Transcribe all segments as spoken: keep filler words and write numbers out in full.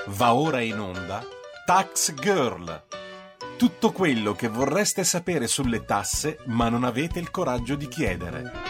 Va ora in onda Tax Girl. Tutto quello che vorreste sapere sulle tasse ma non avete il coraggio di chiedere.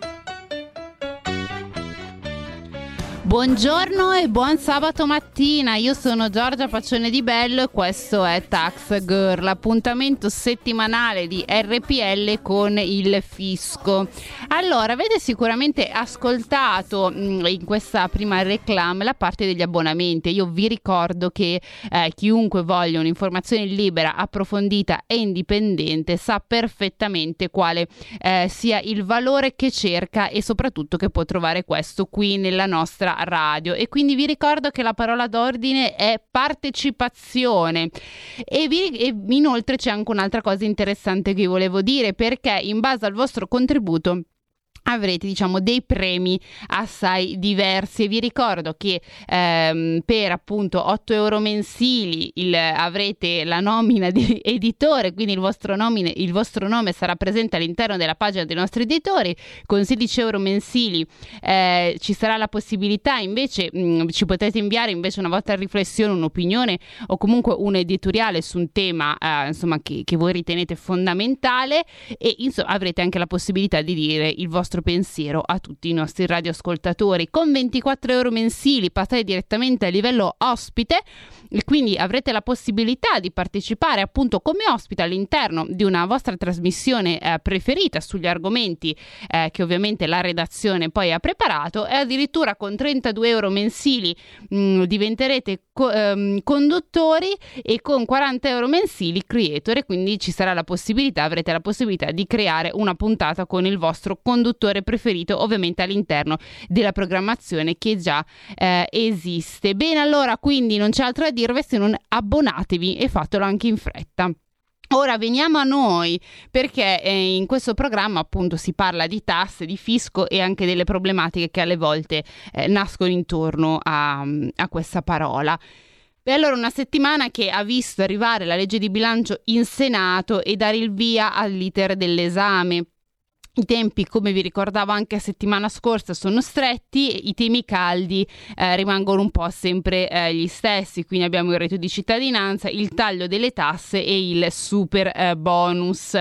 Buongiorno e buon sabato mattina, io sono Giorgia Faccione di Bello e questo è Tax Girl, l'appuntamento settimanale di R P L con il fisco. Allora, avete sicuramente ascoltato mh, in questa prima reclame la parte degli abbonamenti. Io vi ricordo che eh, chiunque voglia un'informazione libera, approfondita e indipendente sa perfettamente quale eh, sia il valore che cerca e soprattutto che può trovare questo qui nella nostra radio. E quindi vi ricordo che la parola d'ordine è partecipazione e, vi, e inoltre c'è anche un'altra cosa interessante che vi volevo dire, perché in base al vostro contributo avrete, diciamo, dei premi assai diversi. E vi ricordo che ehm, per appunto otto euro mensili il, avrete la nomina di editore, quindi il vostro, nomine, il vostro nome sarà presente all'interno della pagina dei nostri editori. Con sedici euro mensili eh, ci sarà la possibilità invece, mh, ci potete inviare invece una vostra riflessione, un'opinione o comunque un editoriale su un tema eh, insomma che, che voi ritenete fondamentale, e insomma avrete anche la possibilità di dire il vostro pensiero a tutti i nostri radioascoltatori. Con ventiquattro euro mensili passate direttamente a livello ospite e quindi avrete la possibilità di partecipare appunto come ospite all'interno di una vostra trasmissione eh, preferita sugli argomenti eh, che ovviamente la redazione poi ha preparato, e addirittura con trentadue euro mensili mh, diventerete co- ehm, conduttori, e con quaranta euro mensili creator, e quindi ci sarà la possibilità, avrete la possibilità di creare una puntata con il vostro conduttore preferito, ovviamente all'interno della programmazione che già eh, esiste. Bene, allora quindi non c'è altro da dirvi se non abbonatevi, e fatelo anche in fretta. Ora veniamo a noi, perché eh, in questo programma appunto si parla di tasse, di fisco e anche delle problematiche che alle volte eh, nascono intorno a, a questa parola. E allora una settimana che ha visto arrivare la legge di bilancio in Senato e dare il via all'iter dell'esame. I tempi, come vi ricordavo anche la settimana scorsa, sono stretti, i temi caldi eh, rimangono un po' sempre eh, gli stessi, quindi abbiamo il reddito di cittadinanza, il taglio delle tasse e il super eh, bonus.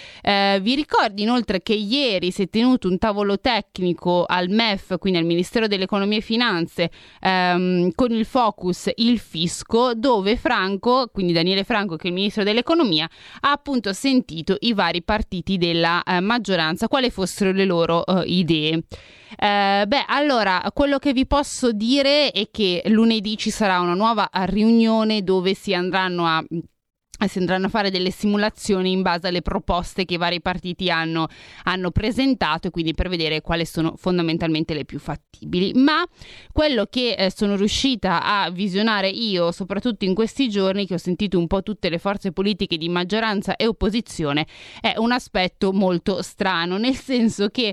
Eh, vi ricordo inoltre che ieri si è tenuto un tavolo tecnico al M E F, quindi al Ministero dell'Economia e Finanze, ehm, con il focus il fisco, dove Franco, quindi Daniele Franco, che è il Ministro dell'Economia, ha appunto sentito i vari partiti della eh, maggioranza, quali fossero le loro eh, idee. Eh, beh, allora, quello che vi posso dire è che lunedì ci sarà una nuova riunione dove si andranno a si andranno a fare delle simulazioni in base alle proposte che i vari partiti hanno, hanno presentato, e quindi per vedere quali sono fondamentalmente le più fattibili. Ma quello che eh, sono riuscita a visionare io, soprattutto in questi giorni che ho sentito un po' tutte le forze politiche di maggioranza e opposizione, è un aspetto molto strano, nel senso che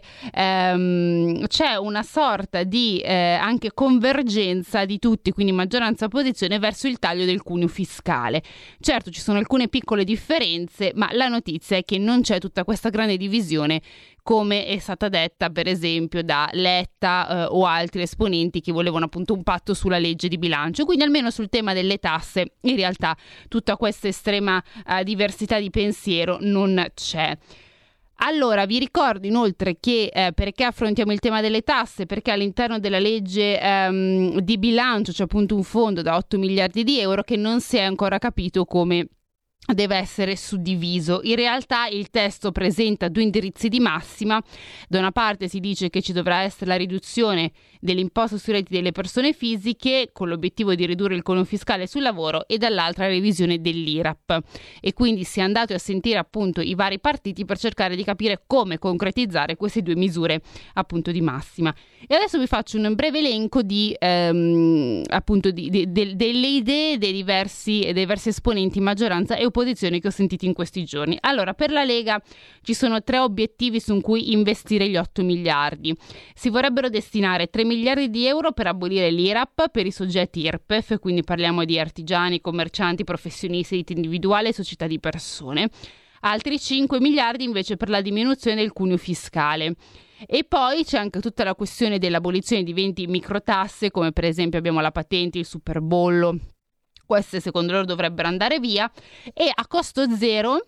ehm, c'è una sorta di eh, anche convergenza di tutti, quindi maggioranza e opposizione, verso il taglio del cuneo fiscale. Certo, ci sono alcune piccole differenze, ma la notizia è che non c'è tutta questa grande divisione come è stata detta per esempio da Letta eh, o altri esponenti che volevano appunto un patto sulla legge di bilancio. Quindi almeno sul tema delle tasse in realtà tutta questa estrema eh, diversità di pensiero non c'è. Allora, vi ricordo inoltre che eh, perché affrontiamo il tema delle tasse? Perché all'interno della legge ehm, di bilancio c'è appunto un fondo da otto miliardi di euro che non si è ancora capito come deve essere suddiviso. In realtà il testo presenta due indirizzi di massima. Da una parte si dice che ci dovrà essere la riduzione dell'imposta sui redditi delle persone fisiche con l'obiettivo di ridurre il cuneo fiscale sul lavoro, e dall'altra la revisione dell'I R A P, e quindi si è andato a sentire appunto i vari partiti per cercare di capire come concretizzare queste due misure appunto di massima. E adesso vi faccio un breve elenco di ehm, appunto di, di, de, delle idee dei diversi, dei diversi esponenti maggioranza e opposizione che ho sentito in questi giorni. Allora, per la Lega ci sono tre obiettivi su cui investire gli otto miliardi. Si vorrebbero destinare tre miliardi di euro per abolire l'I R A P per i soggetti I R P E F, quindi parliamo di artigiani, commercianti, professionisti, ditte individuali e società di persone. altri cinque miliardi invece per la diminuzione del cuneo fiscale. E poi c'è anche tutta la questione dell'abolizione di venti microtasse, come per esempio abbiamo la patente, il superbollo. Queste secondo loro dovrebbero andare via, e a costo zero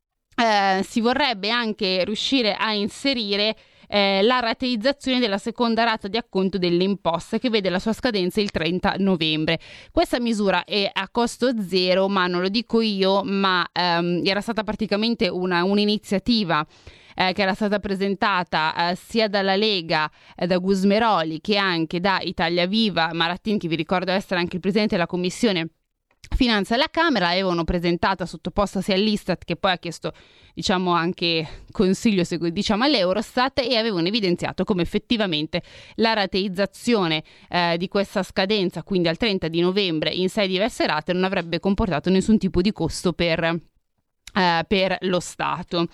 eh, si vorrebbe anche riuscire a inserire eh, la rateizzazione della seconda rata di acconto delle imposte, che vede la sua scadenza il trenta novembre. Questa misura è a costo zero, ma non lo dico io, ma ehm, era stata praticamente una, un'iniziativa Eh, che era stata presentata eh, sia dalla Lega, eh, da Gusmeroli, che anche da Italia Viva. Marattin, che vi ricordo essere anche il presidente della Commissione Finanza alla Camera, avevano presentata, sottoposta sia all'Istat, che poi ha chiesto diciamo anche consiglio diciamo all'Eurostat, e avevano evidenziato come effettivamente la rateizzazione eh, di questa scadenza, quindi al trenta di novembre in sei diverse rate, non avrebbe comportato nessun tipo di costo per, eh, per lo Stato.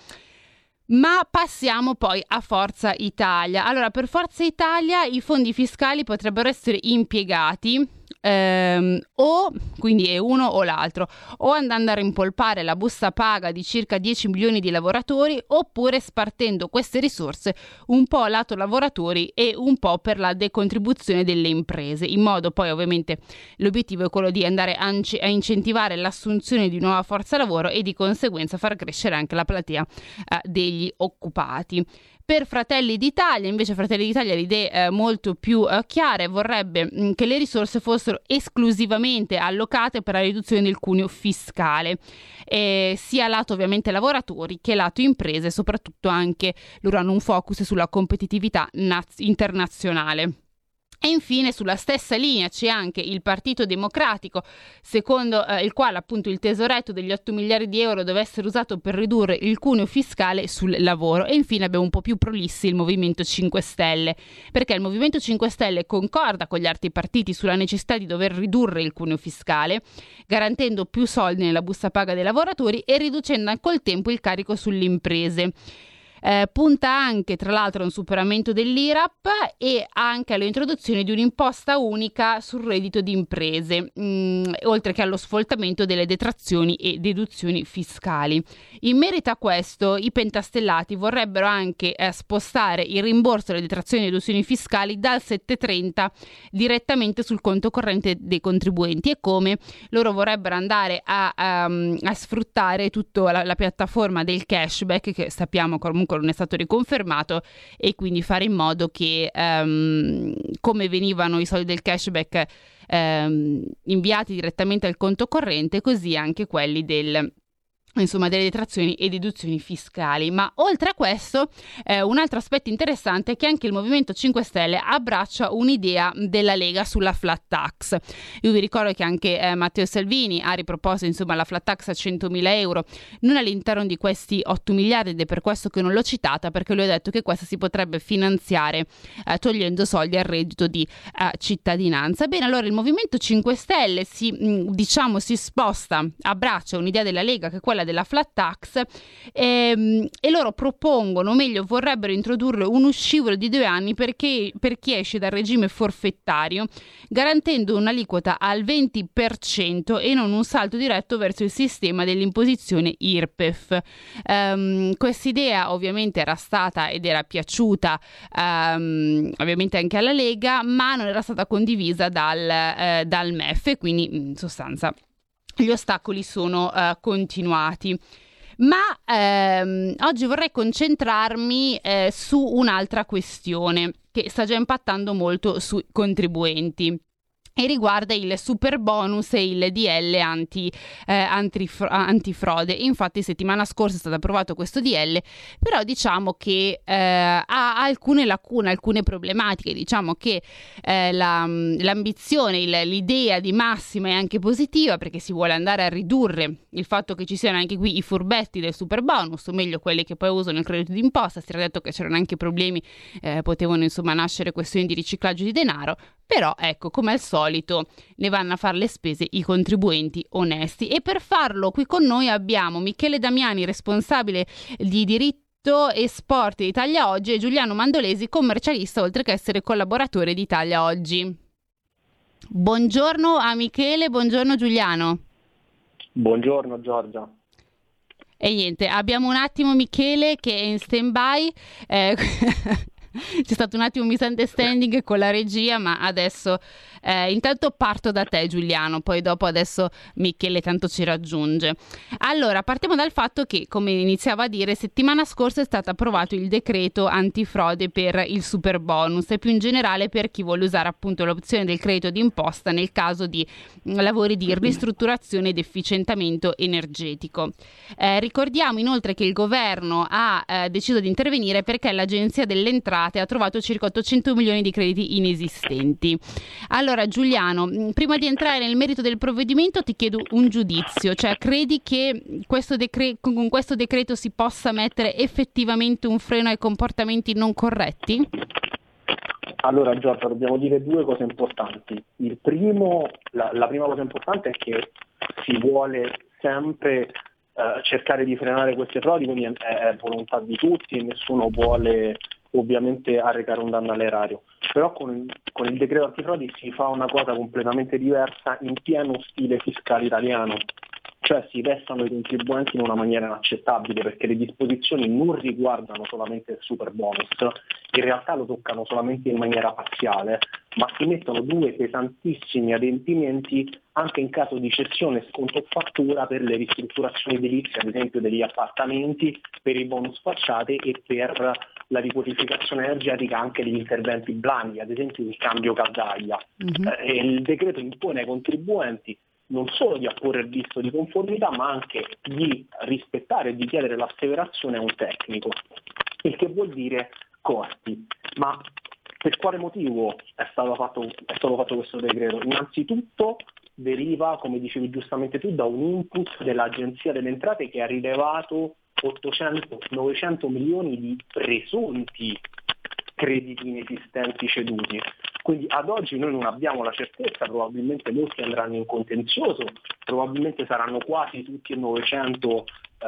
Ma passiamo poi a Forza Italia. Allora, per Forza Italia i fondi fiscali potrebbero essere impiegati ehm, o, quindi è uno o l'altro, o andando a rimpolpare la busta paga di circa dieci milioni di lavoratori, oppure spartendo queste risorse un po' lato lavoratori e un po' per la decontribuzione delle imprese, in modo poi, ovviamente l'obiettivo è quello di andare a, a incentivare l'assunzione di nuova forza lavoro e di conseguenza far crescere anche la platea eh, degli occupati. Per Fratelli d'Italia, invece, Fratelli d'Italia, le idee eh, molto più eh, chiare, vorrebbe mh, che le risorse fossero esclusivamente allocate per la riduzione del cuneo fiscale, eh, sia lato ovviamente lavoratori che lato imprese, soprattutto anche loro hanno un focus sulla competitività naz- internazionale. E infine sulla stessa linea c'è anche il Partito Democratico, secondo eh, il quale appunto il tesoretto degli otto miliardi di euro deve essere usato per ridurre il cuneo fiscale sul lavoro. E infine abbiamo un po' più prolissi il Movimento cinque Stelle, perché il Movimento cinque Stelle concorda con gli altri partiti sulla necessità di dover ridurre il cuneo fiscale, garantendo più soldi nella busta paga dei lavoratori e riducendo col tempo il carico sulle imprese. Eh, punta anche, tra l'altro, a un superamento dell'I R A P e anche all'introduzione di un'imposta unica sul reddito di imprese, mh, oltre che allo sfoltamento delle detrazioni e deduzioni fiscali. In merito a questo, i pentastellati vorrebbero anche eh, spostare il rimborso delle detrazioni e deduzioni fiscali dal sette trenta direttamente sul conto corrente dei contribuenti, e come loro vorrebbero andare a, um, a sfruttare tutta la, la piattaforma del cashback, che sappiamo comunque non è stato riconfermato, e quindi fare in modo che um, come venivano i soldi del cashback um, inviati direttamente al conto corrente, così anche quelli del insomma delle detrazioni e deduzioni fiscali. Ma oltre a questo eh, un altro aspetto interessante è che anche il Movimento cinque Stelle abbraccia un'idea della Lega sulla flat tax. Io vi ricordo che anche eh, Matteo Salvini ha riproposto insomma la flat tax a centomila euro, non all'interno di questi otto miliardi, ed è per questo che non l'ho citata, perché lui ha detto che questa si potrebbe finanziare eh, togliendo soldi al reddito di eh, cittadinanza. Bene, allora il Movimento cinque Stelle si mh, diciamo si sposta, abbraccia un'idea della Lega, che è quella della flat tax, ehm, e loro propongono, o meglio vorrebbero introdurre uno scivolo di due anni perché, per chi esce dal regime forfettario, garantendo un'aliquota al venti per cento e non un salto diretto verso il sistema dell'imposizione I R P E F. Um, quest'idea ovviamente era stata ed era piaciuta um, ovviamente anche alla Lega, ma non era stata condivisa dal, eh, dal M E F, e quindi in sostanza gli ostacoli sono uh, continuati. Ma ehm, oggi vorrei concentrarmi eh, su un'altra questione che sta già impattando molto sui contribuenti, e riguarda il super bonus e il D L anti, eh, antifro- antifrode. Infatti settimana scorsa è stato approvato questo D L, però diciamo che eh, ha alcune lacune, alcune problematiche. Diciamo che eh, la, l'ambizione, il, l'idea di massima è anche positiva, perché si vuole andare a ridurre il fatto che ci siano anche qui i furbetti del super bonus, o meglio quelli che poi usano il credito d'imposta. Si era detto che c'erano anche problemi, eh, potevano insomma nascere questioni di riciclaggio di denaro. Però ecco, come al solito ne vanno a fare le spese i contribuenti onesti, e per farlo qui con noi abbiamo Michele Damiani, responsabile di diritto e sport di Italia Oggi, e Giuliano Mandolesi, commercialista oltre che essere collaboratore di Italia Oggi. Buongiorno a Michele, buongiorno Giuliano. Buongiorno Giorgia. E niente, abbiamo un attimo Michele che è in stand-by, eh, c'è stato un attimo un misunderstanding con la regia, ma adesso eh, intanto parto da te Giuliano, poi dopo adesso Michele tanto ci raggiunge. Allora, partiamo dal fatto che, come iniziava a dire, settimana scorsa è stato approvato il decreto antifrode per il super bonus e più in generale per chi vuole usare appunto l'opzione del credito d'imposta nel caso di mh, lavori di ristrutturazione ed efficientamento energetico. Eh, ricordiamo inoltre che il governo ha eh, deciso di intervenire perché l'Agenzia delle Entrate ha trovato circa ottocento milioni di crediti inesistenti. Allora Giuliano, prima di entrare nel merito del provvedimento ti chiedo un giudizio, cioè credi che questo decre- con questo decreto si possa mettere effettivamente un freno ai comportamenti non corretti? Allora Giorgia, dobbiamo dire due cose importanti. Il primo, la, la prima cosa importante è che si vuole sempre eh, cercare di frenare queste frodi, quindi è, è volontà di tutti e nessuno vuole ovviamente arrecare un danno all'erario. Però con, con il decreto antifrodi si fa una cosa completamente diversa in pieno stile fiscale italiano. Cioè si vessano i contribuenti in una maniera inaccettabile perché le disposizioni non riguardano solamente il super bonus, in realtà lo toccano solamente in maniera parziale, ma si mettono due pesantissimi adempimenti anche in caso di cessione sconto fattura per le ristrutturazioni edilizie, ad esempio degli appartamenti, per i bonus facciate e per la riqualificazione energetica anche degli interventi blandi, ad esempio il cambio caldaia. Mm-hmm. Eh, il decreto impone ai contribuenti non solo di apporre il visto di conformità, ma anche di rispettare e di chiedere l'asseverazione a un tecnico, il che vuol dire costi. Ma per quale motivo è stato fatto, è stato fatto questo decreto? Innanzitutto deriva, come dicevi giustamente tu, da un input dell'Agenzia delle Entrate che ha rilevato ottocento novecento milioni di presunti crediti inesistenti ceduti. Quindi ad oggi noi non abbiamo la certezza, probabilmente molti andranno in contenzioso, probabilmente saranno quasi tutti e novecento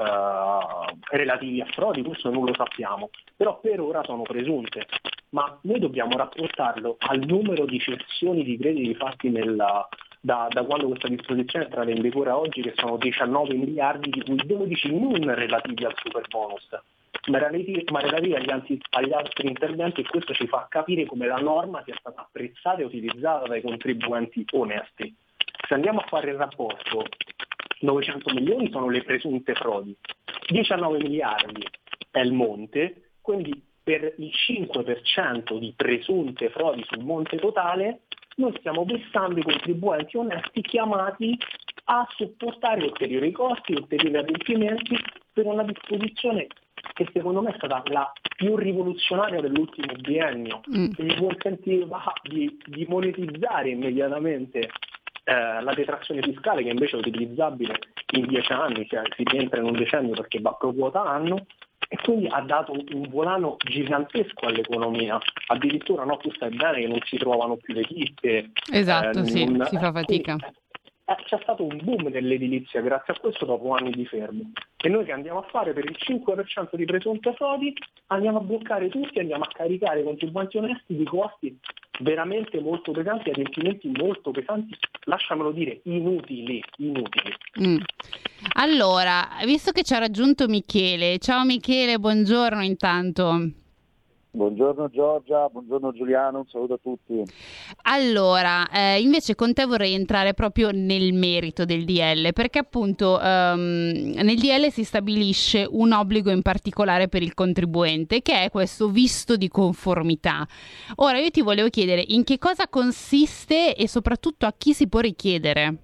eh, relativi a frodi, questo non lo sappiamo, però per ora sono presunte. Ma noi dobbiamo rapportarlo al numero di cessioni di crediti fatti nella, da, da quando questa disposizione è entrata in vigore a oggi, che sono diciannove miliardi, di cui dodici non relativi al super bonus, ma relativi, ma relativi agli, anti, agli altri interventi, e questo ci fa capire come la norma sia stata apprezzata e utilizzata dai contribuenti onesti. Se andiamo a fare il rapporto, novecento milioni sono le presunte frodi, diciannove miliardi è il monte, quindi per il cinque per cento di presunte frodi sul monte totale noi stiamo vessando i contribuenti onesti chiamati a sopportare ulteriori costi, ulteriori adempimenti per una disposizione che secondo me è stata la più rivoluzionaria dell'ultimo biennio, mm. che gli consentiva di, di monetizzare immediatamente eh, la detrazione fiscale, che invece è utilizzabile in dieci anni, cioè si rientra in un decennio perché va pro quota anno, e quindi ha dato un volano gigantesco all'economia. Addirittura no, tu sai bene che non si trovano più le ditte. Esatto, eh, sì, non, si fa fatica. Quindi, c'è stato un boom dell'edilizia grazie a questo dopo anni di fermo, e noi che andiamo a fare per il cinque per cento di presunte frodi? Andiamo a bloccare tutti, andiamo a caricare i contribuenti onesti di costi veramente molto pesanti, adempimenti molto pesanti, lasciamelo dire, inutili, inutili. Mm. Allora, visto che ci ha raggiunto Michele, ciao Michele, buongiorno intanto. Buongiorno Giorgia, buongiorno Giuliano, un saluto a tutti. Allora, eh, invece con te vorrei entrare proprio nel merito del D L, perché appunto ehm, nel D L si stabilisce un obbligo in particolare per il contribuente, che è questo visto di conformità. Ora io ti volevo chiedere in che cosa consiste e soprattutto a chi si può richiedere.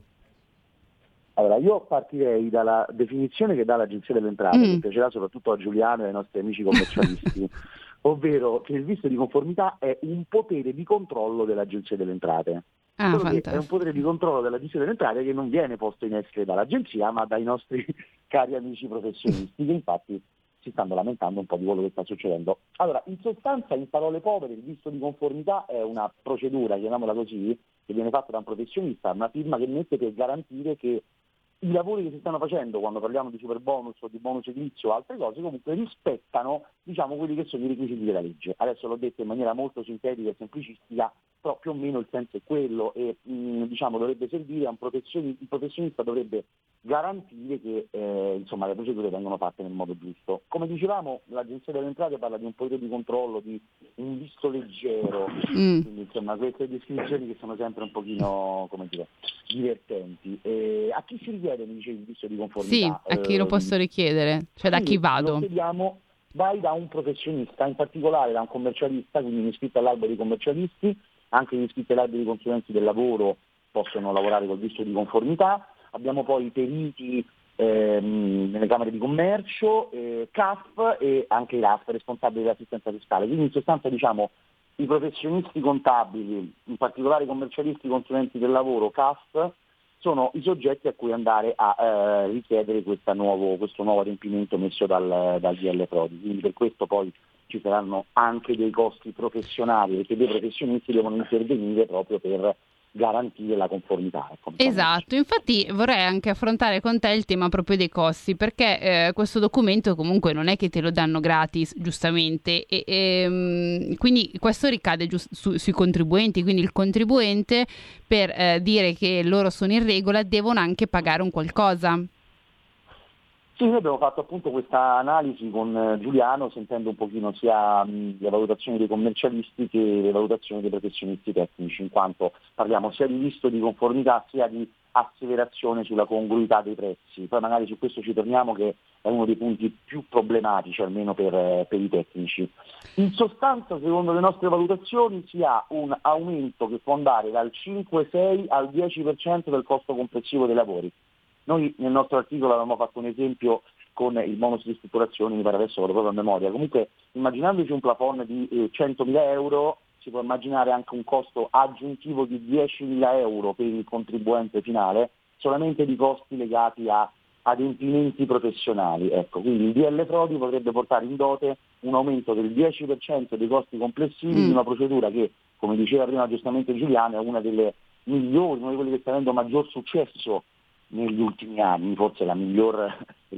Allora, io partirei dalla definizione che dà l'Agenzia delle Entrate, mm. che piacerà soprattutto a Giuliano e ai nostri amici commercialisti. Ovvero che il visto di conformità è un potere di controllo dell'Agenzia delle Entrate. Ah, è un potere di controllo dell'Agenzia delle Entrate che non viene posto in essere dall'Agenzia, ma dai nostri cari amici professionisti, che infatti si stanno lamentando un po' di quello che sta succedendo. Allora, in sostanza, in parole povere, il visto di conformità è una procedura, chiamiamola così, che viene fatta da un professionista, una firma che mette per garantire che i lavori che si stanno facendo, quando parliamo di super bonus o di bonus edilizio o altre cose, comunque rispettano, diciamo, quelli che sono i requisiti della legge. Adesso l'ho detto in maniera molto sintetica e semplicistica, però più o meno il senso è quello e mh, diciamo dovrebbe servire a un professionista, il professionista dovrebbe garantire che eh, insomma, le procedure vengono fatte nel modo giusto. Come dicevamo, l'Agenzia delle Entrate parla di un potere di controllo, di un visto leggero, mm. quindi insomma queste descrizioni che sono sempre un pochino, come dire, divertenti. E a chi si richiede, mi dicevi, il visto di conformità? Sì, a chi lo posso richiedere? Cioè da chi vado? Lo chiediamo, vai da un professionista, in particolare da un commercialista, quindi un iscritto all'albo di commercialisti, anche gli iscritti all'albo di consulenti del lavoro possono lavorare col visto di conformità. Abbiamo poi i periti ehm, nelle camere di commercio, eh, C A F e anche i R A F, responsabili dell'assistenza fiscale. Quindi in sostanza diciamo i professionisti contabili, in particolare i commercialisti, consulenti del lavoro, C A F, sono i soggetti a cui andare a eh, richiedere questa nuovo, questo nuovo adempimento messo dal, dal D L Prodi. Quindi per questo poi ci saranno anche dei costi professionali, perché dei professionisti devono intervenire proprio per garantire la conformità. Ecco, esatto, infatti vorrei anche affrontare con te il tema proprio dei costi, perché eh, questo documento comunque non è che te lo danno gratis, giustamente, e, e quindi questo ricade giust- su, sui contribuenti, quindi il contribuente per eh, dire che loro sono in regola devono anche pagare un qualcosa. Sì, noi abbiamo fatto appunto questa analisi con Giuliano, sentendo un pochino sia mh, le valutazioni dei commercialisti che le valutazioni dei professionisti tecnici, in quanto parliamo sia di visto di conformità sia di asseverazione sulla congruità dei prezzi. Poi magari su questo ci torniamo, che è uno dei punti più problematici, almeno per, per i tecnici. In sostanza, secondo le nostre valutazioni, si ha un aumento che può andare dal cinque sei al dieci per cento del costo complessivo dei lavori. Noi nel nostro articolo avevamo fatto un esempio con il bonus di ristrutturazione, mi pare adesso vado proprio a memoria. Comunque, immaginandoci un plafond di eh, centomila euro, si può immaginare anche un costo aggiuntivo di diecimila euro per il contribuente finale, solamente di costi legati a adempimenti professionali. Ecco, quindi il D L Prodi potrebbe portare in dote un aumento del dieci per cento dei costi complessivi mm. di una procedura che, come diceva prima giustamente Giuliano, è una delle migliori, una di quelle che sta avendo maggior successo negli ultimi anni, forse la miglior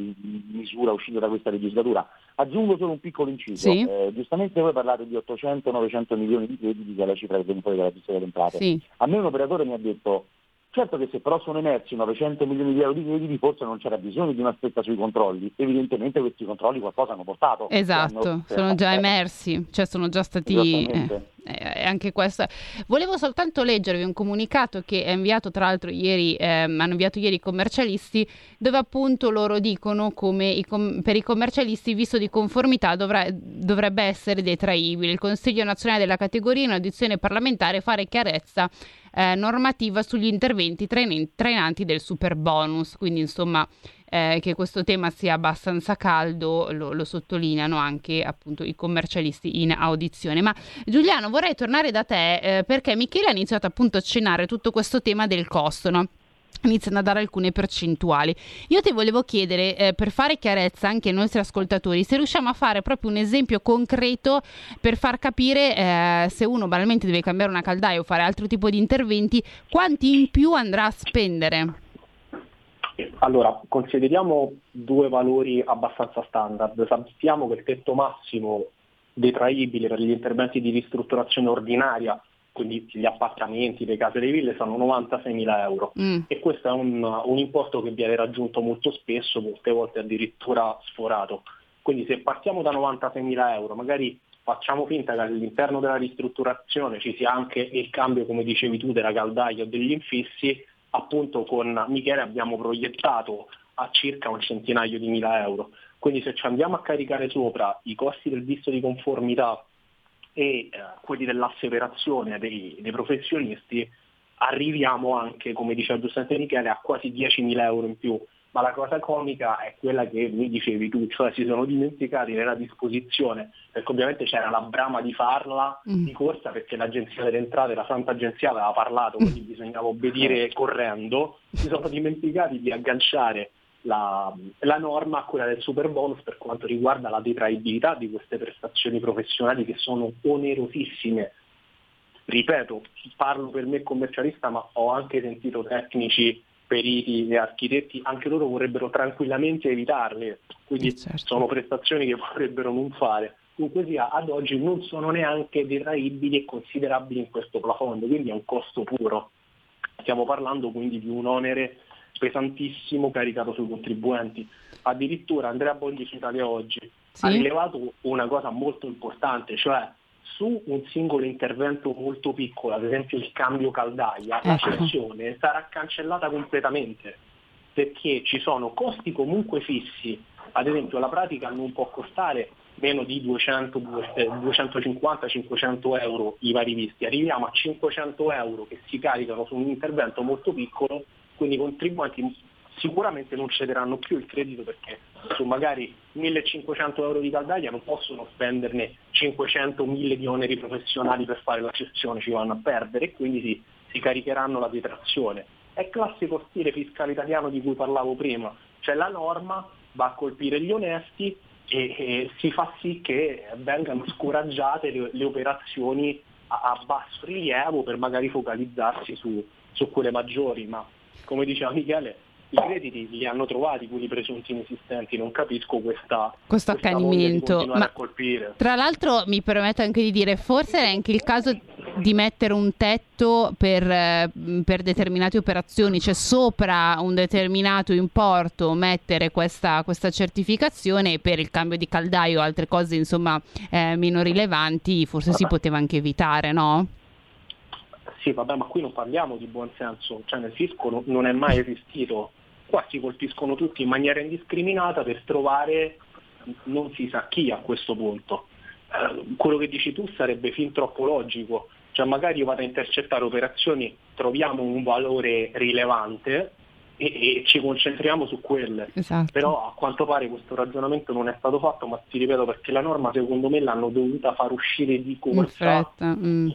misura uscita da questa legislatura. Aggiungo solo un piccolo inciso, sì. eh, giustamente voi parlate di ottocento novecento milioni di crediti, che è la cifra che viene fuori dalla Agenzia delle Entrate. Sì. A me un operatore mi ha detto, certo che se però sono emersi novecento milioni di euro di crediti, forse non c'era bisogno di una stretta sui controlli. Evidentemente questi controlli qualcosa hanno portato. Esatto, hanno, sono già eh, emersi, cioè sono già stati... Eh, eh, anche questo. Volevo soltanto leggervi un comunicato che è inviato tra l'altro ieri, eh, hanno inviato ieri i commercialisti, dove appunto loro dicono come i com- per i commercialisti il visto di conformità dovrà, dovrebbe essere detraibile. Il Consiglio nazionale della categoria in audizione parlamentare fare chiarezza Eh, normativa sugli interventi train- trainanti del super bonus, quindi insomma eh, che questo tema sia abbastanza caldo lo, lo sottolineano anche appunto i commercialisti in audizione. Ma Giuliano, vorrei tornare da te eh, perché Michele ha iniziato appunto a accennare tutto questo tema del costo, no? Iniziano a dare alcune percentuali. Io ti volevo chiedere, eh, per fare chiarezza anche ai nostri ascoltatori, se riusciamo a fare proprio un esempio concreto per far capire eh, se uno banalmente deve cambiare una caldaia o fare altro tipo di interventi, quanti in più andrà a spendere? Allora, consideriamo due valori abbastanza standard. Sappiamo che il tetto massimo detraibile per gli interventi di ristrutturazione ordinaria, quindi gli appartamenti, le case, le ville, sono novantaseimila euro mm. e questo è un, un importo che viene raggiunto molto spesso, molte volte addirittura sforato. Quindi se partiamo da novantaseimila euro, magari facciamo finta che all'interno della ristrutturazione ci sia anche il cambio, come dicevi tu, della caldaia o degli infissi, appunto con Michele abbiamo proiettato a circa un centinaio di mila euro. Quindi se ci andiamo a caricare sopra i costi del visto di conformità e eh, quelli dell'asseverazione dei, dei professionisti, arriviamo anche, come diceva giustamente Michele, a quasi diecimila euro in più. Ma la cosa comica è quella che mi dicevi tu, cioè si sono dimenticati nella disposizione, perché ovviamente c'era la brama di farla mm. di corsa, perché l'Agenzia delle Entrate, la Santa Agenzia aveva parlato, quindi bisognava obbedire correndo, si sono dimenticati di agganciare La, la norma a quella del super bonus per quanto riguarda la detraibilità di queste prestazioni professionali che sono onerosissime. Ripeto, parlo per me commercialista, ma ho anche sentito tecnici, periti e architetti, anche loro vorrebbero tranquillamente evitarle, quindi certo. sono prestazioni che vorrebbero non fare. comunque sia ad oggi non sono neanche detraibili e considerabili in questo plafond, quindi è un costo puro. Stiamo parlando quindi di un onere pesantissimo caricato sui contribuenti. Addirittura Andrea Boldi su Italia Oggi sì. ha rilevato una cosa molto importante, cioè su un singolo intervento molto piccolo, ad esempio il cambio caldaia, ecco. la cessione sarà cancellata completamente, perché ci sono costi comunque fissi. Ad esempio la pratica non può costare meno di duecento, duecentocinquanta, cinquecento euro i vari visti, arriviamo a cinquecento euro che si caricano su un intervento molto piccolo, quindi i contribuenti sicuramente non cederanno più il credito, perché su magari millecinquecento euro di caldaia non possono spenderne cinquecento, mille di oneri professionali per fare la cessione, ci vanno a perdere, e quindi si, si caricheranno la detrazione. È classico stile fiscale italiano di cui parlavo prima, cioè la norma va a colpire gli onesti e, e si fa sì che vengano scoraggiate le, le operazioni a, a basso rilievo per magari focalizzarsi su, su quelle maggiori, ma come diceva Michele, i crediti li hanno trovati quelli presunti inesistenti, non capisco questa questo accanimento. Ma a colpire. Tra l'altro mi permetto anche di dire, forse è anche il caso di mettere un tetto per, eh, per determinate operazioni, cioè sopra un determinato importo mettere questa, questa certificazione, e per il cambio di caldaio o altre cose insomma eh, meno rilevanti forse vabbè. si poteva anche evitare, no? Sì, vabbè, ma qui non parliamo di buon senso, cioè nel fisco no, non è mai esistito. Qua si colpiscono tutti in maniera indiscriminata per trovare non si sa chi a questo punto. Eh, quello che dici tu sarebbe fin troppo logico, cioè magari io vado a intercettare operazioni, troviamo un valore rilevante e, e ci concentriamo su quelle. Esatto. Però a quanto pare questo ragionamento non è stato fatto, ma ti ripeto perché la norma secondo me l'hanno dovuta far uscire di corsa. Mm.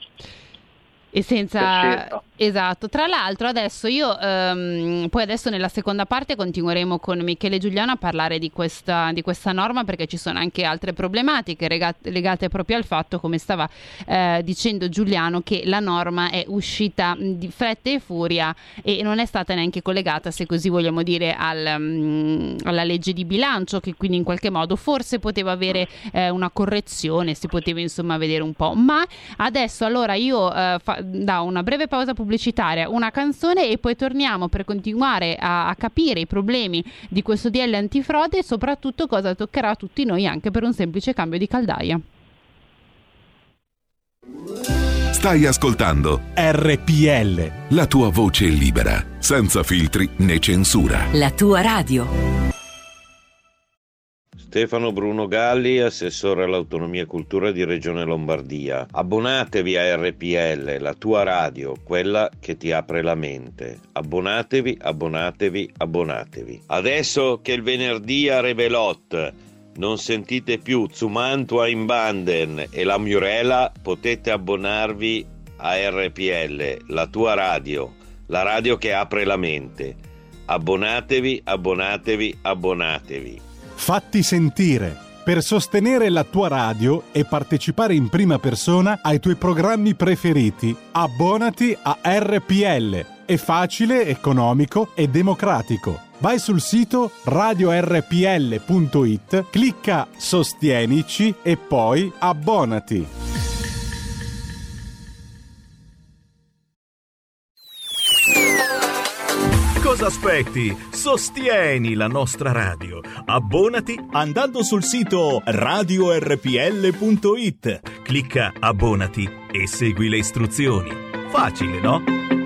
E senza esatto. Tra l'altro adesso io ehm, poi adesso nella seconda parte continueremo con Michele Giuliano a parlare di questa, di questa norma, perché ci sono anche altre problematiche legate, legate proprio al fatto, come stava eh, dicendo Giuliano, che la norma è uscita di fretta e furia e non è stata neanche collegata, se così vogliamo dire, al, um, alla legge di bilancio, che quindi in qualche modo forse poteva avere eh, una correzione, si poteva insomma vedere un po'. Ma adesso allora io eh, fa, da una breve pausa pubblicitaria, una canzone, e poi torniamo per continuare a, a capire i problemi di questo D L antifrode e soprattutto cosa toccherà a tutti noi anche per un semplice cambio di caldaia. Stai ascoltando R P L, la tua voce libera, senza filtri né censura. La tua radio. Stefano Bruno Galli, assessore all'autonomia e cultura di Regione Lombardia. Abbonatevi a R P L, la tua radio, quella che ti apre la mente. Abbonatevi, abbonatevi, abbonatevi. Adesso che il venerdì a Revelot non sentite più Zumantua in Banden e la Murela, potete abbonarvi a R P L, la tua radio, la radio che apre la mente. Abbonatevi, abbonatevi, abbonatevi. Fatti sentire per sostenere la tua radio e partecipare in prima persona ai tuoi programmi preferiti. Abbonati a R P L. È facile, economico e democratico. Vai sul sito radio r p l punto i t, clicca Sostienici e poi abbonati. Cosa aspetti? Sostieni la nostra radio. Abbonati andando sul sito radio r p l punto i t. Clicca Abbonati e segui le istruzioni. Facile, no?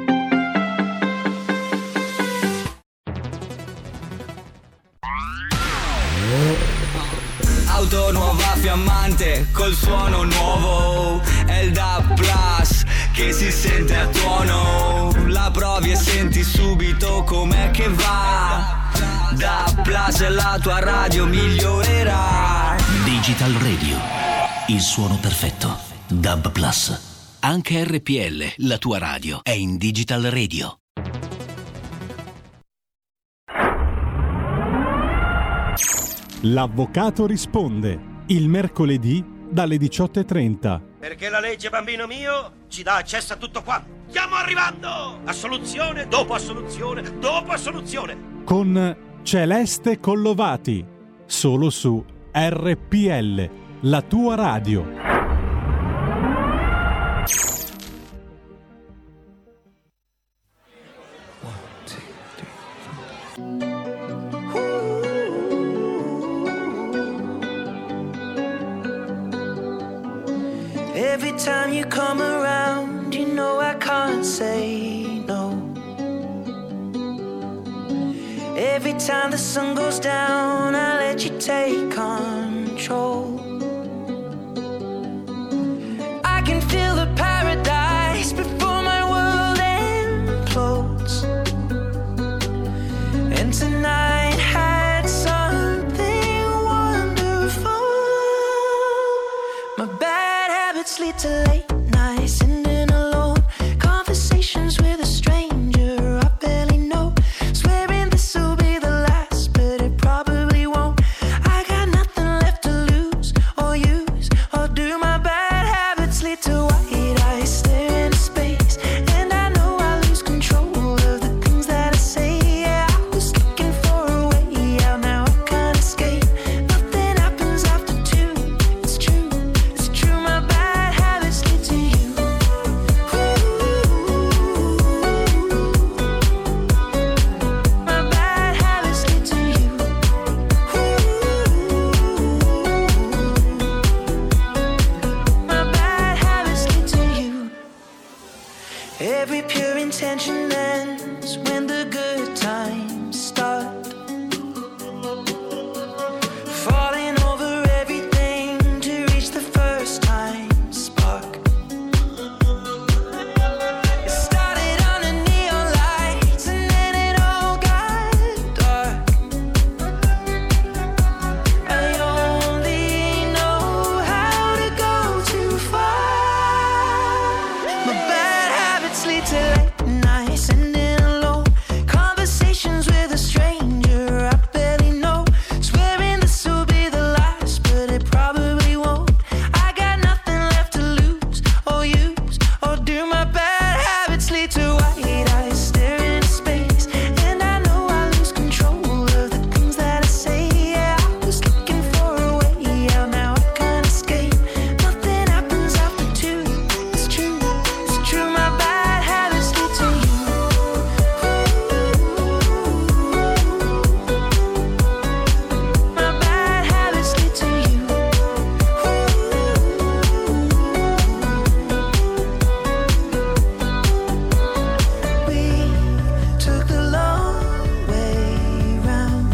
Auto nuova fiammante col suono nuovo, è il D A B Plus che si sente a tuono. La provi e senti subito com'è che va. D A B Plus e la tua radio migliorerà. Digital Radio, il suono perfetto. D A B Plus. Anche R P L, la tua radio, è in Digital Radio. L'avvocato risponde il mercoledì dalle diciotto e trenta. Perché la legge, bambino mio, ci dà accesso a tutto qua. Stiamo arrivando! Assoluzione dopo assoluzione dopo assoluzione. Con Celeste Collovati, solo su R P L, la tua radio. Every time you come around, you know I can't say no. Every time the sun goes down, I let you take control. I can feel the paradise before my world implodes. And tonight had something wonderful. My bad habits lead to late nights, ending alone. Conversations with a stranger I barely know. Swearing this will be the last, but it probably won't. I got nothing left to lose or use or do. My bad habits lead to white eyes stare into space, and I know I lose control of the things that I say. Yeah, I was looking for a way out, now I can't escape. Nothing happens after two. It's true, it's true. My bad habits lead to you. My bad habits lead to you. My bad habits lead to you. Every pure intention ends when the good times start. Falling over everything to reach the first time spark. It started under neon lights and then it all got dark. I only know how to go too far. My bad habits lead to late nights, ending alone. Conversations with a stranger I barely know. Swearing this will be the last, but it probably won't. I got nothing left to lose or use or do. My bad habits lead to white eyes stare into space, and I know I lose control of the things that I say. Yeah, I was looking for a way out, now I can't escape. Nothing happens after two. It's true, it's true. My bad habits lead to you. My bad habits lead to you. We took the long way round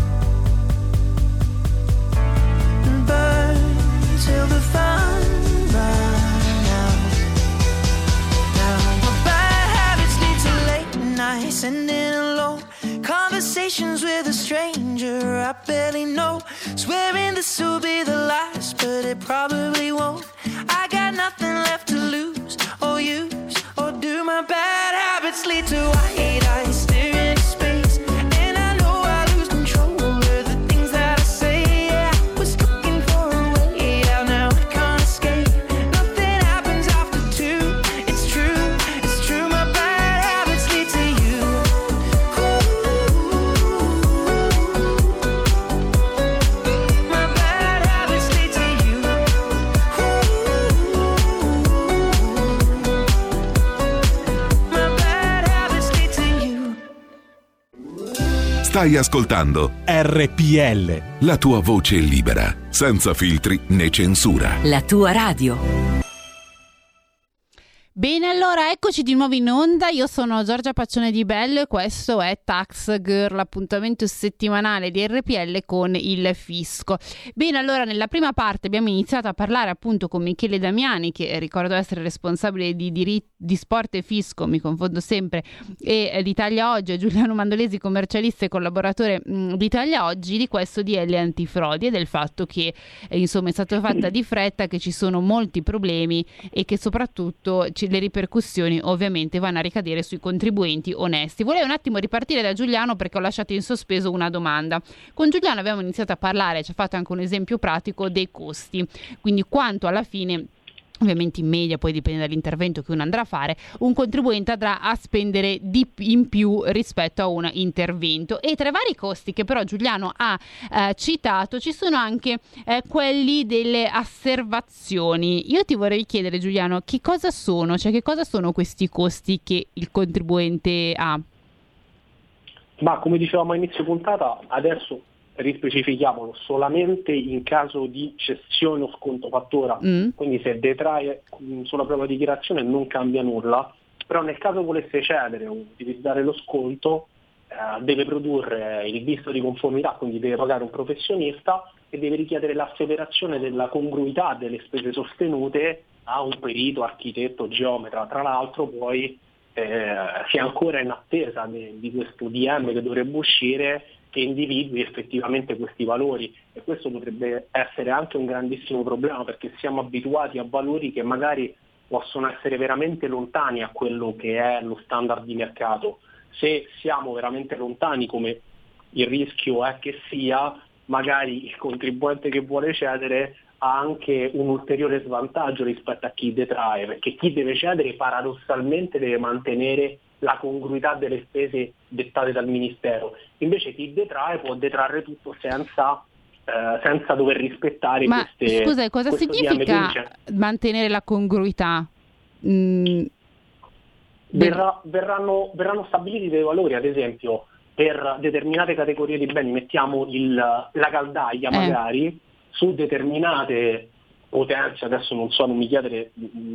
and burned till the fun ran out. Now my bad habits lead to late nights, ending alone. Conversations with a stranger I barely know. Swearing this will be the last, but it probably won't. I got nothing left to lose or use or do. My bad habits lead to white eyes stare into space, and I know I lose control of the things that I say. Yeah, I was looking for a way out, now I can't escape. Nothing happens after two. It's true, it's true. My bad habits lead to you. My bad habits lead to you. My bad habits lead to you. Stai ascoltando R P L, la tua voce libera, senza filtri né censura. La tua radio. Bene, allora eccoci di nuovo in onda. Io sono Giorgia Paccione di Bello e questo è Tax Girl, l'appuntamento settimanale di R P L con il fisco. Bene, allora nella prima parte abbiamo iniziato a parlare appunto con Michele Damiani, che ricordo essere responsabile di diritti di sport e fisco, mi confondo sempre, e l'Italia Oggi, e Giuliano Mandolesi, commercialista e collaboratore mh, di Italia Oggi, di questo D L antifrodi e del fatto che eh, insomma è stata fatta di fretta, che ci sono molti problemi e che soprattutto ci le ripercussioni ovviamente vanno a ricadere sui contribuenti onesti. Volevo un attimo ripartire da Giuliano perché ho lasciato in sospeso una domanda. Con Giuliano abbiamo iniziato a parlare, ci ha fatto anche un esempio pratico dei costi, quindi quanto alla fine ovviamente in media, poi dipende dall'intervento che uno andrà a fare, un contribuente andrà a spendere di in più rispetto a un intervento. E tra i vari costi che però Giuliano ha eh, citato ci sono anche eh, quelli delle asservazioni. Io ti vorrei chiedere, Giuliano, che cosa sono, cioè che cosa sono questi costi che il contribuente ha? Ma come dicevamo a inizio puntata, adesso rispecifichiamolo solamente in caso di cessione o sconto fattura, mm. quindi se detrae sulla propria dichiarazione non cambia nulla, però nel caso volesse cedere o utilizzare lo sconto eh, deve produrre il visto di conformità, quindi deve pagare un professionista e deve richiedere l'asseverazione della congruità delle spese sostenute a un perito, architetto, geometra. Tra l'altro poi eh, si è ancora in attesa di, di questo D M che dovrebbe uscire, che individui effettivamente questi valori, e questo potrebbe essere anche un grandissimo problema, perché siamo abituati a valori che magari possono essere veramente lontani a quello che è lo standard di mercato. Se siamo veramente lontani, come il rischio è che sia, magari il contribuente che vuole cedere ha anche un ulteriore svantaggio rispetto a chi detrae, perché chi deve cedere paradossalmente deve mantenere la congruità delle spese dettate dal Ministero, invece chi detrae può detrarre tutto senza, eh, senza dover rispettare Ma, queste... scusa, cosa significa mantenere la congruità? Mm, verrà, verranno, verranno stabiliti dei valori, ad esempio per determinate categorie di beni, mettiamo il, la caldaia eh. magari, su determinate potenze, adesso non so, non mi chiedere,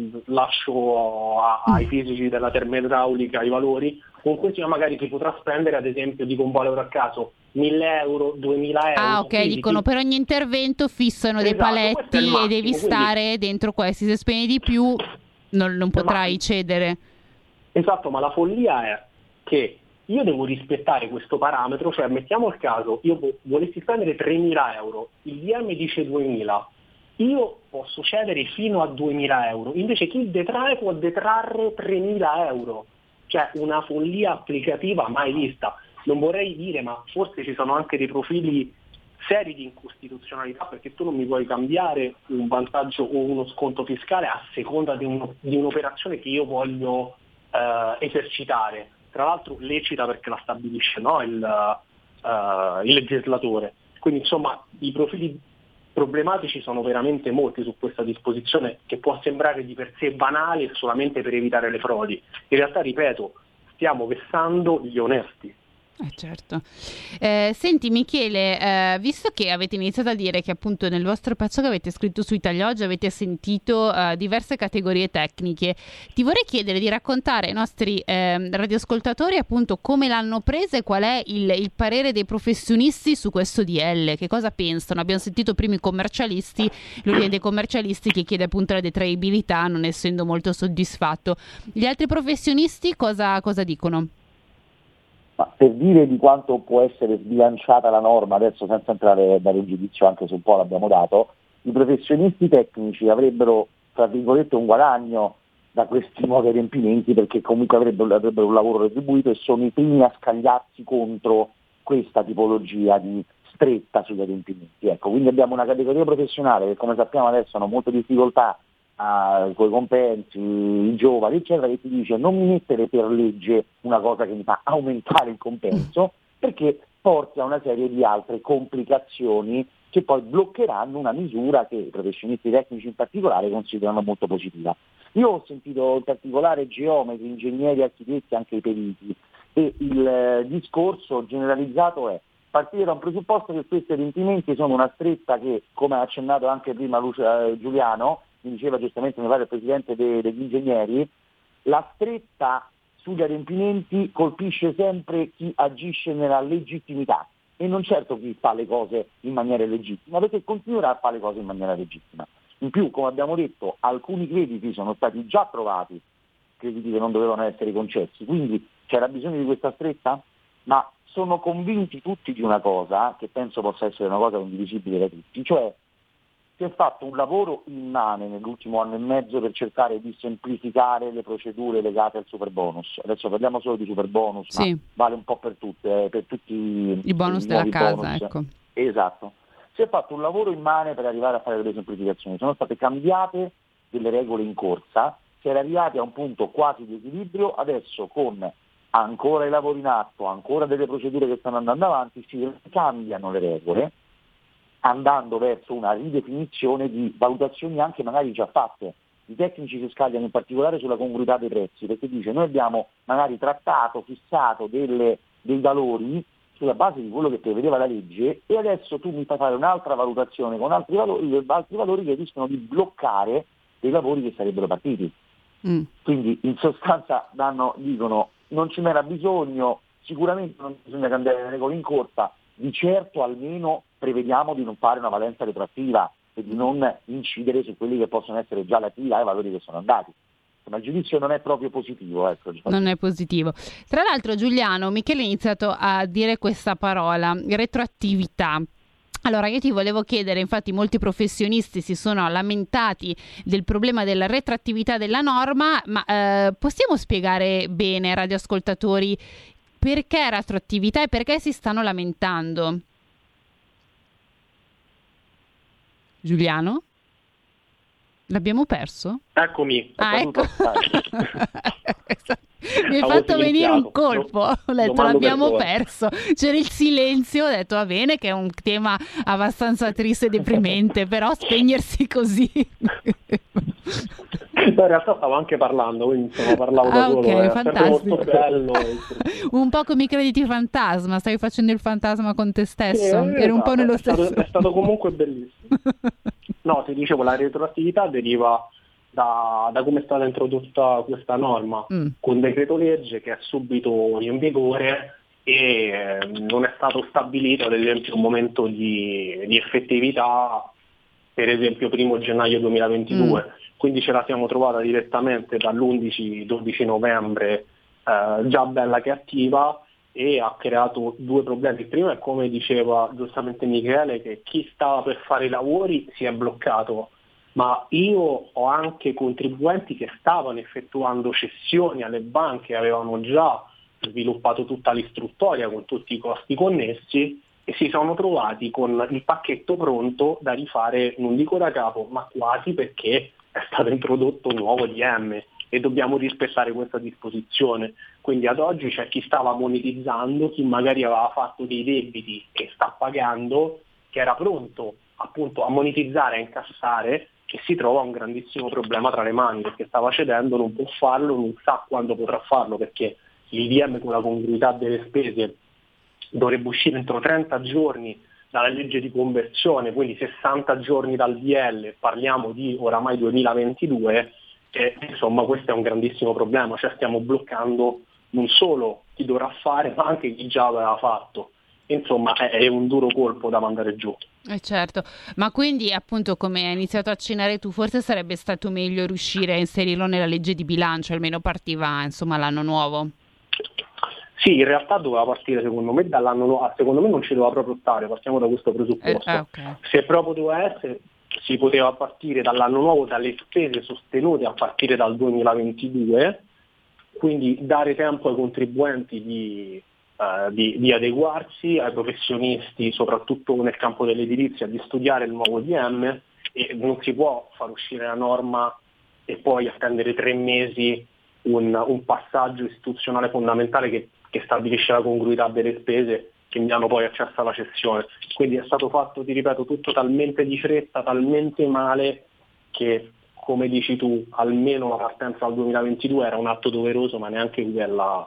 lascio a, ai fisici della termoidraulica i valori, con questi magari si potrà spendere, ad esempio, dico un valore a caso, mille euro, duemila euro. Ah, ok, dicono ti... per ogni intervento fissano dei esatto, paletti massimo, e devi quindi... stare dentro questi, se spendi di più non, non potrai ma... cedere. Esatto, ma la follia è che io devo rispettare questo parametro, cioè mettiamo il caso, io volessi spendere tremila euro, il D M dice duemila, io posso cedere fino a duemila euro, invece chi detrae può detrarre tremila euro, cioè una follia applicativa mai vista. Non vorrei dire, ma forse ci sono anche dei profili seri di incostituzionalità, perché tu non mi puoi cambiare un vantaggio o uno sconto fiscale a seconda di, un, di un'operazione che io voglio eh, esercitare, tra l'altro lecita perché la stabilisce, no? il, uh, il legislatore. Quindi insomma i profili problematici sono veramente molti su questa disposizione, che può sembrare di per sé banale solamente per evitare le frodi. In realtà, ripeto, stiamo vessando gli onesti. Eh certo. Eh, senti Michele, eh, visto che avete iniziato a dire che appunto nel vostro pezzo che avete scritto su Italia Oggi avete sentito eh, diverse categorie tecniche, ti vorrei chiedere di raccontare ai nostri eh, radioascoltatori appunto come l'hanno presa e qual è il, il parere dei professionisti su questo D L, che cosa pensano. Abbiamo sentito prima i commercialisti, l'Unione dei commercialisti che chiede appunto la detraibilità non essendo molto soddisfatto. Gli altri professionisti cosa, cosa dicono? Ma per dire di quanto può essere sbilanciata la norma, adesso senza entrare a dare un giudizio, anche se un po' l'abbiamo dato, i professionisti tecnici avrebbero, tra virgolette, un guadagno da questi nuovi adempimenti, perché comunque avrebbero, avrebbero un lavoro retribuito e sono i primi a scagliarsi contro questa tipologia di stretta sugli adempimenti. Ecco, quindi abbiamo una categoria professionale che, come sappiamo adesso, hanno molte difficoltà con i compensi, i giovani eccetera, che ti dice non mi mettere per legge una cosa che mi fa aumentare il compenso, perché porti a una serie di altre complicazioni che poi bloccheranno una misura che i professionisti tecnici in particolare considerano molto positiva. Io ho sentito in particolare geometri, ingegneri, architetti, anche i periti, e il eh, discorso generalizzato è partire da un presupposto che questi adempimenti sono una stretta che, come ha accennato anche prima Lucia, eh, Giuliano, mi diceva giustamente mi pare il presidente de- degli ingegneri, la stretta sugli adempimenti colpisce sempre chi agisce nella legittimità e non certo chi fa le cose in maniera illegittima, perché continuerà a fare le cose in maniera legittima. In più, come abbiamo detto, alcuni crediti sono stati già approvati, crediti che non dovevano essere concessi, quindi c'era bisogno di questa stretta? Ma sono convinti tutti di una cosa, che penso possa essere una cosa condivisibile da tutti, cioè si è fatto un lavoro immane nell'ultimo anno e mezzo per cercare di semplificare le procedure legate al superbonus. Adesso parliamo solo di superbonus, sì, ma vale un po' per tutte, per tutti i bonus della casa, ecco. Esatto. Si è fatto un lavoro immane per arrivare a fare delle semplificazioni. Sono state cambiate delle regole in corsa, si era arrivati a un punto quasi di equilibrio, adesso con ancora i lavori in atto, ancora delle procedure che stanno andando avanti, si cambiano le regole, andando verso una ridefinizione di valutazioni anche magari già fatte. I tecnici si scagliano in particolare sulla congruità dei prezzi, perché dice noi abbiamo magari trattato, fissato delle, dei valori sulla base di quello che prevedeva la legge e adesso tu mi fai fare un'altra valutazione con altri valori, altri valori che rischiano di bloccare dei lavori che sarebbero partiti. Mm. Quindi in sostanza danno, dicono non ce n'era bisogno, sicuramente non bisogna cambiare le regole in corsa, di certo almeno prevediamo di non fare una valenza retroattiva e di non incidere su quelli che possono essere già lati là i valori che sono andati. Ma il giudizio non è proprio positivo. Ecco. Non è positivo. Tra l'altro, Giuliano, Michele ha iniziato a dire questa parola, retroattività. Allora io ti volevo chiedere, infatti molti professionisti si sono lamentati del problema della retroattività della norma, ma eh, possiamo spiegare bene ai radioascoltatori perché retroattività e perché si stanno lamentando? Giuliano? L'abbiamo perso? Eccomi. Ah, ecco. Mi hai fatto venire un colpo, ho detto l'abbiamo perso, c'era il silenzio, ho detto va bene che è un tema abbastanza triste e deprimente, però spegnersi così. In realtà stavo anche parlando, quindi insomma parlavo da ah, solo, okay, era sempre molto bello. Un po' come i crediti fantasma, stavi facendo il fantasma con te stesso, sì, eri un po' nello è stesso. Stato, è stato comunque bellissimo. No, ti dicevo, la retroattività deriva da, da come è stata introdotta questa norma, mm. con decreto legge che è subito in vigore e eh, non è stato stabilito ad esempio un momento di, di effettività, per esempio primo gennaio duemilaventidue, mm. quindi ce la siamo trovata direttamente dall'undici dodici novembre eh, già bella che attiva, e ha creato due problemi. Il primo è, come diceva giustamente Michele, che chi stava per fare i lavori si è bloccato, ma io ho anche contribuenti che stavano effettuando cessioni alle banche, avevano già sviluppato tutta l'istruttoria con tutti i costi connessi e si sono trovati con il pacchetto pronto da rifare, non dico da capo, ma quasi, perché è stato introdotto un nuovo D M e dobbiamo rispettare questa disposizione. Quindi ad oggi c'è chi stava monetizzando, chi magari aveva fatto dei debiti e sta pagando, che era pronto appunto a monetizzare, a incassare, che si trova un grandissimo problema tra le mani, perché stava cedendo, non può farlo, non sa quando potrà farlo, perché il D M con la congruità delle spese dovrebbe uscire entro trenta giorni dalla legge di conversione, quindi sessanta giorni dal D L, parliamo di oramai duemilaventidue, e insomma questo è un grandissimo problema, cioè stiamo bloccando non solo chi dovrà fare, ma anche chi già aveva fatto. Insomma è, è un duro colpo da mandare giù. Eh certo, ma quindi appunto, come hai iniziato a accennare tu, forse sarebbe stato meglio riuscire a inserirlo nella legge di bilancio, almeno partiva insomma l'anno nuovo. Sì, in realtà doveva partire secondo me dall'anno nuovo, secondo me non ci doveva proprio stare, partiamo da questo presupposto. Eh, okay. Se proprio doveva essere, si poteva partire dall'anno nuovo, dalle spese sostenute a partire dal duemilaventidue, quindi dare tempo ai contribuenti di, uh, di, di adeguarsi, ai professionisti, soprattutto nel campo dell'edilizia, di studiare il nuovo D M, e non si può far uscire la norma e poi attendere tre mesi un, un passaggio istituzionale fondamentale che, che stabilisce la congruità delle spese, che mi hanno poi accesso alla cessione. Quindi è stato fatto, ti ripeto, tutto talmente di fretta, talmente male, che come dici tu, almeno la partenza al duemilaventidue era un atto doveroso, ma neanche quella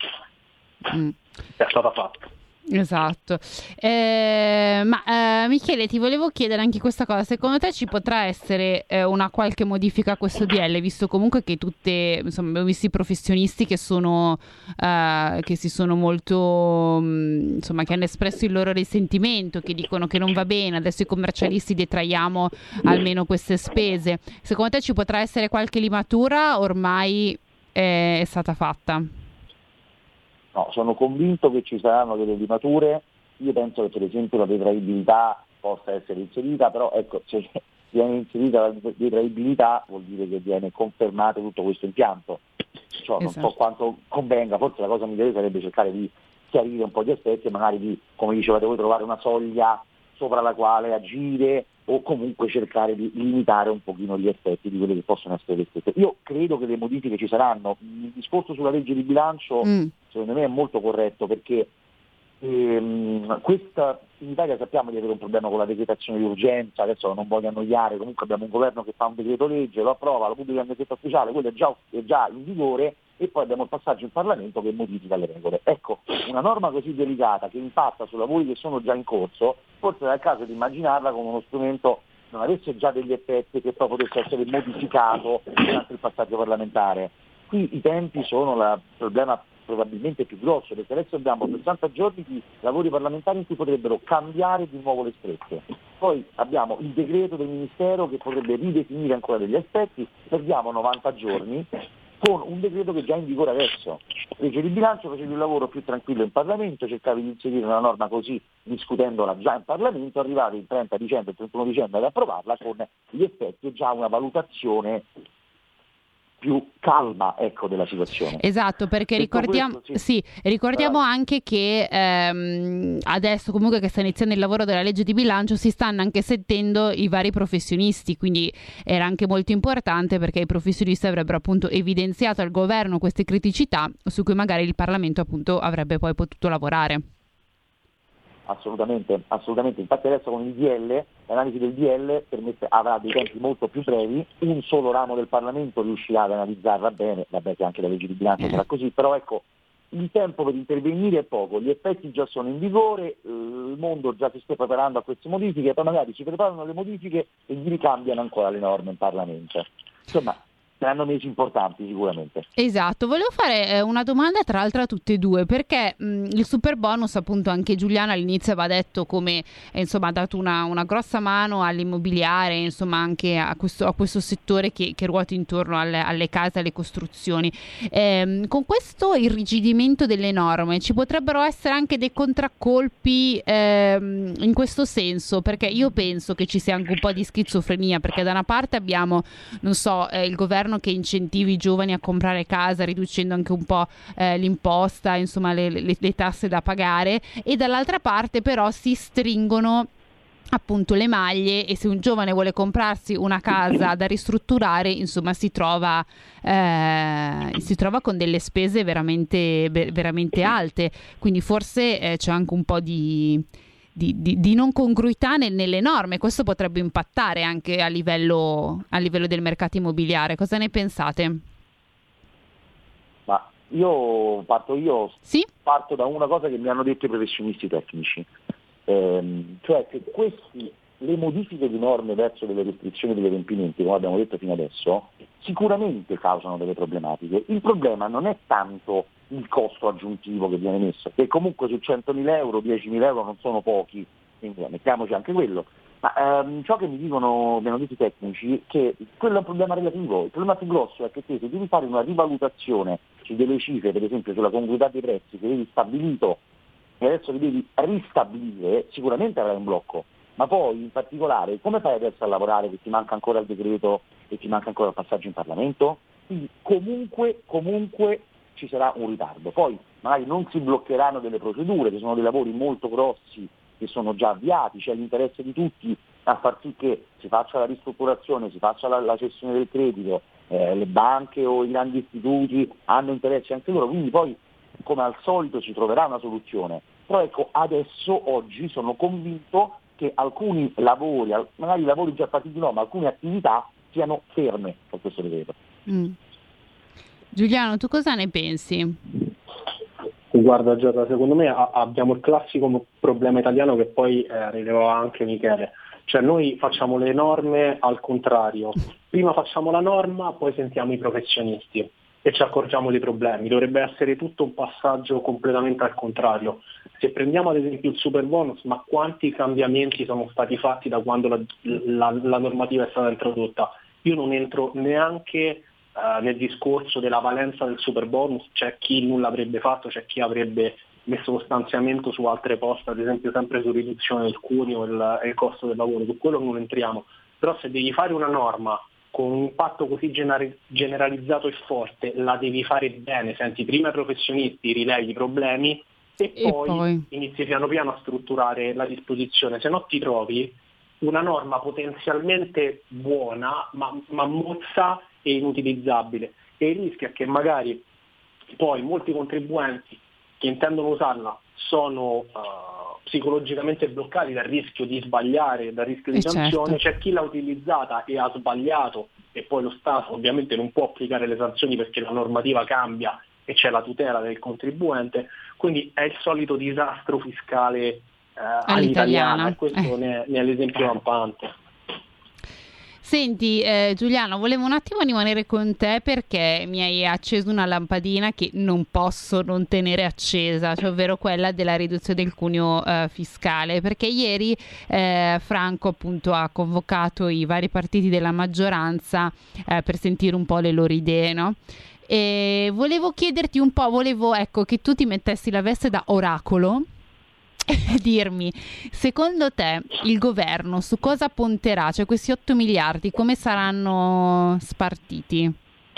mm. è stata fatta. Esatto. Eh, ma eh, Michele, ti volevo chiedere anche questa cosa: secondo te ci potrà essere eh, una qualche modifica a questo D L, visto comunque che tutte, insomma, abbiamo visto i professionisti che sono eh, che si sono molto mh, insomma, che hanno espresso il loro risentimento, che dicono che non va bene, adesso i commercialisti detraiamo almeno queste spese. Secondo te ci potrà essere qualche limatura? Ormai è, è stata fatta? No, sono convinto che ci saranno delle limature. Io penso che per esempio la detraibilità possa essere inserita, però ecco, se viene inserita la detraibilità vuol dire che viene confermato tutto questo impianto. Cioè, esatto. Non so quanto convenga, forse la cosa migliore sarebbe cercare di chiarire un po' gli aspetti e magari di, come dicevate voi, trovare una soglia sopra la quale agire o comunque cercare di limitare un pochino gli effetti di quelle che possono essere le stesse. Io credo che le modifiche ci saranno. Il discorso sulla legge di bilancio mm. secondo me è molto corretto, perché ehm, questa, in Italia sappiamo di avere un problema con la decretazione di urgenza, adesso non voglio annoiare, comunque abbiamo un governo che fa un decreto legge, lo approva, lo pubblica in Gazzetta Ufficiale, quello è già, è già in vigore, e poi abbiamo il passaggio in Parlamento che modifica le regole. Ecco, una norma così delicata che impatta su lavori che sono già in corso, forse era il caso di immaginarla come uno strumento non avesse già degli effetti che poi potesse essere modificato durante il passaggio parlamentare. Qui i tempi sono il problema probabilmente più grosso, perché adesso abbiamo sessanta giorni di lavori parlamentari in cui potrebbero cambiare di nuovo le strette. Poi abbiamo il decreto del Ministero che potrebbe ridefinire ancora degli aspetti, perdiamo novanta giorni con un decreto che è già in vigore adesso. Legge di bilancio, facevi un lavoro più tranquillo in Parlamento, cercavi di inserire una norma così, discutendola già in Parlamento, arrivavi il trenta dicembre, il trentuno dicembre ad approvarla con gli effetti e già una valutazione più calma, ecco, della situazione. Esatto, perché Detto ricordiamo questo, sì. Sì, ricordiamo Però... anche che ehm, adesso comunque che sta iniziando il lavoro della legge di bilancio si stanno anche sentendo i vari professionisti, quindi era anche molto importante perché i professionisti avrebbero appunto evidenziato al governo queste criticità su cui magari il Parlamento appunto avrebbe poi potuto lavorare. Assolutamente, assolutamente. Infatti adesso con il D L, l'analisi del D L permette, avrà dei tempi molto più brevi, un solo ramo del Parlamento riuscirà ad analizzarla bene, vabbè che anche la legge di bilancio sarà così, però ecco, il tempo per intervenire è poco, gli effetti già sono in vigore, il mondo già si sta preparando a queste modifiche, poi magari si preparano le modifiche e gli ricambiano ancora le norme in Parlamento. Insomma, saranno mesi importanti sicuramente. Esatto, volevo fare eh, una domanda tra l'altro a tutte e due, perché mh, il super bonus, appunto anche Giuliano all'inizio aveva detto come eh, insomma ha dato una, una grossa mano all'immobiliare, insomma anche a questo, a questo settore che, che ruota intorno alle, alle case, alle costruzioni. Eh, con questo irrigidimento delle norme ci potrebbero essere anche dei contraccolpi eh, in questo senso, perché io penso che ci sia anche un po' di schizofrenia, perché da una parte abbiamo, non so, eh, il governo che incentivi i giovani a comprare casa riducendo anche un po' eh, l'imposta, insomma le, le, le tasse da pagare, e dall'altra parte però si stringono appunto le maglie e se un giovane vuole comprarsi una casa da ristrutturare, insomma si trova eh, si trova con delle spese veramente veramente alte, quindi forse eh, c'è anche un po' di Di, di, di non congruità nel, nelle norme. Questo potrebbe impattare anche a livello, a livello del mercato immobiliare. Cosa ne pensate? Ma io parto io sì? parto da una cosa che mi hanno detto i professionisti tecnici, ehm, cioè che questi, le modifiche di norme verso delle restrizioni degli adempimenti, come abbiamo detto fino adesso, sicuramente causano delle problematiche. Il problema non è tanto il costo aggiuntivo che viene messo, che comunque su centomila euro, diecimila euro non sono pochi, quindi mettiamoci anche quello, ma ehm, ciò che mi dicono, mi hanno detto i tecnici, che quello è un problema relativo. Il problema più grosso è che te, se devi fare una rivalutazione su delle cifre, per esempio sulla congruità dei prezzi che avevi stabilito e adesso li devi ristabilire, sicuramente avrai un blocco, ma poi in particolare come fai adesso a lavorare che ti manca ancora il decreto e ti manca ancora il passaggio in Parlamento? Quindi comunque, comunque ci sarà un ritardo. Poi magari non si bloccheranno delle procedure, ci sono dei lavori molto grossi che sono già avviati, c'è l'interesse di tutti a far sì che si faccia la ristrutturazione, si faccia la, la cessione del credito, eh, le banche o i grandi istituti hanno interesse anche loro, quindi poi come al solito si troverà una soluzione. Però ecco, adesso, oggi, sono convinto che alcuni lavori, magari lavori già partiti no, ma alcune attività siano ferme per questo decreto. Mm. Giuliano, tu cosa ne pensi? Guarda Giorgia, secondo me a- abbiamo il classico problema italiano che poi eh, rilevava anche Michele, cioè noi facciamo le norme al contrario, prima facciamo la norma, poi sentiamo i professionisti e ci accorgiamo dei problemi. Dovrebbe essere tutto un passaggio completamente al contrario. Se prendiamo ad esempio il super bonus, ma quanti cambiamenti sono stati fatti da quando la, la, la normativa è stata introdotta? Io non entro neanche Uh, nel discorso della valenza del super bonus, c'è chi nulla avrebbe fatto, c'è chi avrebbe messo lo stanziamento su altre poste, ad esempio sempre su riduzione del cuneo e il, il costo del lavoro, su quello non entriamo, però se devi fare una norma con un impatto così gener- generalizzato e forte, la devi fare bene, senti prima i professionisti, rilevi i problemi e, e poi, poi inizi piano piano a strutturare la disposizione, se no ti trovi una norma potenzialmente buona ma, ma mozza e inutilizzabile, e il rischio è che magari poi molti contribuenti che intendono usarla sono uh, psicologicamente bloccati dal rischio di sbagliare, dal rischio di Eh, sanzione. certo. C'è chi l'ha utilizzata e ha sbagliato, e poi lo Stato ovviamente non può applicare le sanzioni perché la normativa cambia e c'è la tutela del contribuente, quindi è il solito disastro fiscale eh, all'italiana, e questo Eh. ne, è, ne è l'esempio lampante. Senti eh, Giuliano, volevo un attimo rimanere con te perché mi hai acceso una lampadina che non posso non tenere accesa, cioè ovvero quella della riduzione del cuneo eh, fiscale, perché ieri eh, Franco appunto ha convocato i vari partiti della maggioranza eh, per sentire un po' le loro idee, no? E volevo chiederti un po', volevo ecco che tu ti mettessi la veste da oracolo e dirmi, secondo te il governo su cosa punterà? Cioè questi otto miliardi come saranno spartiti?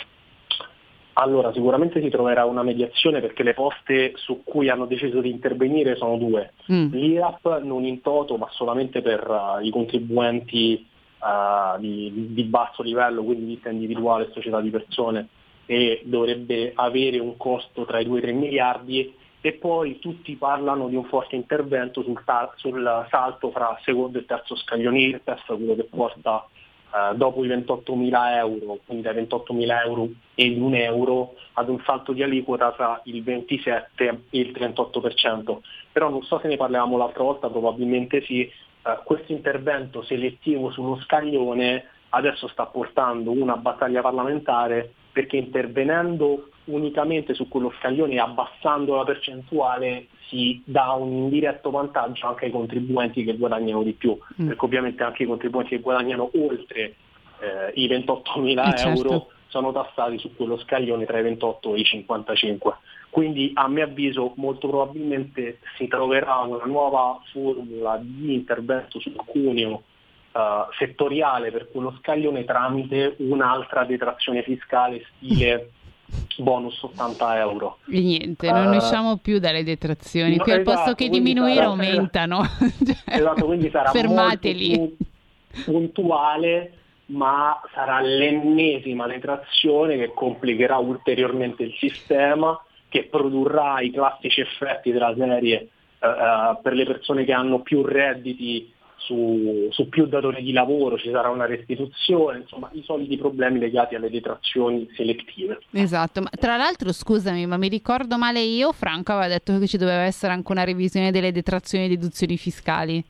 Allora, sicuramente si troverà una mediazione, perché le poste su cui hanno deciso di intervenire sono due. Mm. L'I R A P non in toto, ma solamente per uh, i contribuenti uh, di, di basso livello, quindi ditta individuale e società di persone, e dovrebbe avere un costo tra i due e i tre miliardi. E poi tutti parlano di un forte intervento sul, ta- sul salto fra secondo e terzo scaglione I R P E F, quello che porta eh, dopo i ventottomila euro, quindi dai ventottomila euro e un euro, ad un salto di aliquota tra il ventisette e il trentotto per cento. Però non so se ne parlavamo l'altra volta, probabilmente sì, eh, questo intervento selettivo sullo scaglione adesso sta portando una battaglia parlamentare, perché intervenendo unicamente su quello scaglione e abbassando la percentuale si dà un indiretto vantaggio anche ai contribuenti che guadagnano di più, Mm. perché ovviamente anche i contribuenti che guadagnano oltre eh, i ventottomila Eh, euro certo. sono tassati su quello scaglione tra i ventotto e i cinquantacinque. Quindi a mio avviso molto probabilmente si troverà una nuova formula di intervento sul cuneo Uh, settoriale per quello scaglione tramite un'altra detrazione fiscale stile bonus ottanta euro. E niente, non Uh, usciamo più dalle detrazioni, no, qui al posto esatto, che quindi diminuire sarà- aumentano. Cioè, Esatto, quindi sarà fermateli. molto più puntuale, ma sarà l'ennesima detrazione che complicherà ulteriormente il sistema, che produrrà i classici effetti della serie uh, uh, per le persone che hanno più redditi Su, su più datori di lavoro, ci sarà una restituzione, insomma i soliti problemi legati alle detrazioni selettive. Esatto, ma tra l'altro scusami, ma mi ricordo male io, Franco aveva detto che ci doveva essere anche una revisione delle detrazioni e deduzioni fiscali.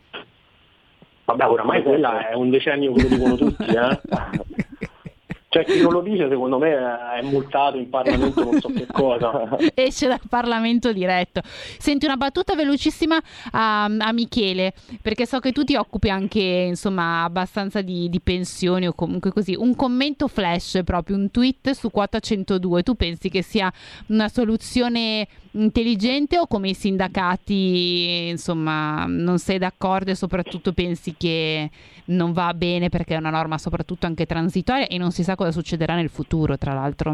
Vabbè, oramai quella è un decennio che lo dicono tutti, eh? Cioè chi non lo dice secondo me è multato in Parlamento, non so che cosa. Esce dal Parlamento diretto. Senti, una battuta velocissima a, a Michele, perché so che tu ti occupi anche insomma abbastanza di, di pensioni o comunque così. Un commento flash, proprio un tweet su quota centodue. Tu pensi che sia una soluzione intelligente o come i sindacati insomma non sei d'accordo e soprattutto pensi che non va bene perché è una norma soprattutto anche transitoria e non si sa cosa succederà nel futuro, tra l'altro?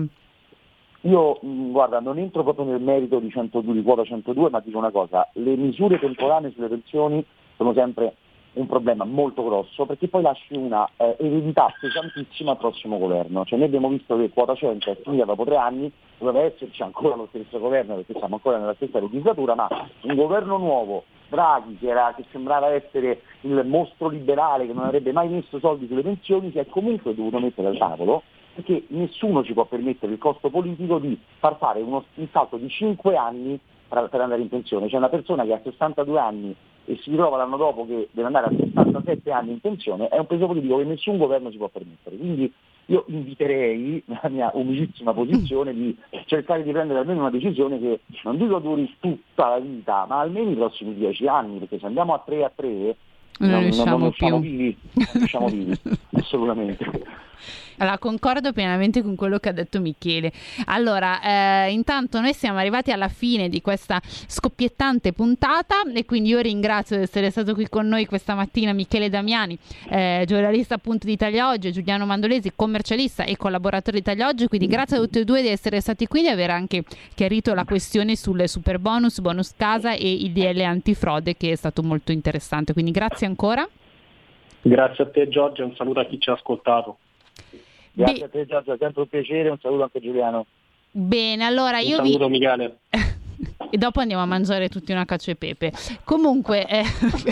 Io mh, guarda, non entro proprio nel merito di, centodue, di quota centodue, ma dico una cosa: le misure temporanee sulle pensioni sono sempre un problema molto grosso, perché poi lasci una eh, eredità pesantissima al prossimo governo. Cioè noi abbiamo visto che quota cento è finita dopo tre anni, doveva esserci ancora lo stesso governo perché siamo ancora nella stessa legislatura, ma un governo nuovo, Draghi, che, era, che sembrava essere il mostro liberale che non avrebbe mai messo soldi sulle pensioni, si è comunque dovuto mettere al tavolo, perché nessuno ci può permettere il costo politico di far fare uno, un salto di cinque anni per, per andare in pensione. C'è una persona che ha sessantadue anni e si ritrova l'anno dopo che deve andare a sessantasette anni in pensione, è un peso politico che nessun governo si può permettere. Quindi io inviterei, nella mia umilissima posizione, di cercare di prendere almeno una decisione che non dico duri tutta la vita, ma almeno i prossimi dieci anni, perché se andiamo a tre a tre non, non, riusciamo non, non più. siamo vivi, non riusciamo vivi, assolutamente. Allora, concordo pienamente con quello che ha detto Michele. Allora, eh, intanto noi siamo arrivati alla fine di questa scoppiettante puntata e quindi io ringrazio di essere stato qui con noi questa mattina Michele Damiani, eh, giornalista appunto di Italia Oggi, Giuliano Mandolesi, commercialista e collaboratore di Italia Oggi, quindi grazie a tutti e due di essere stati qui, di aver anche chiarito la questione sul super bonus, bonus casa e il D L antifrode, che è stato molto interessante, quindi grazie ancora. Grazie a te Giorgio e un saluto a chi ci ha ascoltato. Grazie Be- a te Giorgio, è sempre un piacere, un saluto anche a Giuliano. Bene, allora io un saluto vi... Michele. E dopo andiamo a mangiare tutti una cacio e pepe. Comunque... Eh...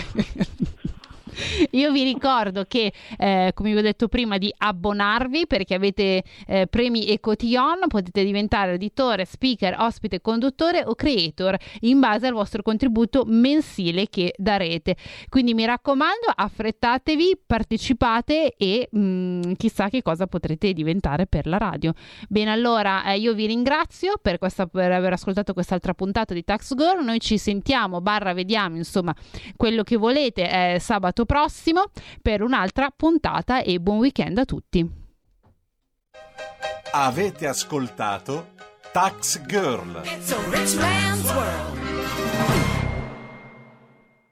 Io vi ricordo che, eh, come vi ho detto prima, di abbonarvi perché avete eh, premi e cotillon, potete diventare editore, speaker, ospite, conduttore o creator in base al vostro contributo mensile che darete. Quindi mi raccomando, affrettatevi, partecipate e mh, chissà che cosa potrete diventare per la radio. Bene, allora eh, io vi ringrazio per, questa, per aver ascoltato quest'altra puntata di Tax Girl. Noi ci sentiamo, barra vediamo, insomma, quello che volete è sabato prossimo per un'altra puntata e buon weekend a tutti. Avete ascoltato Tax Girl. It's a rich man's world.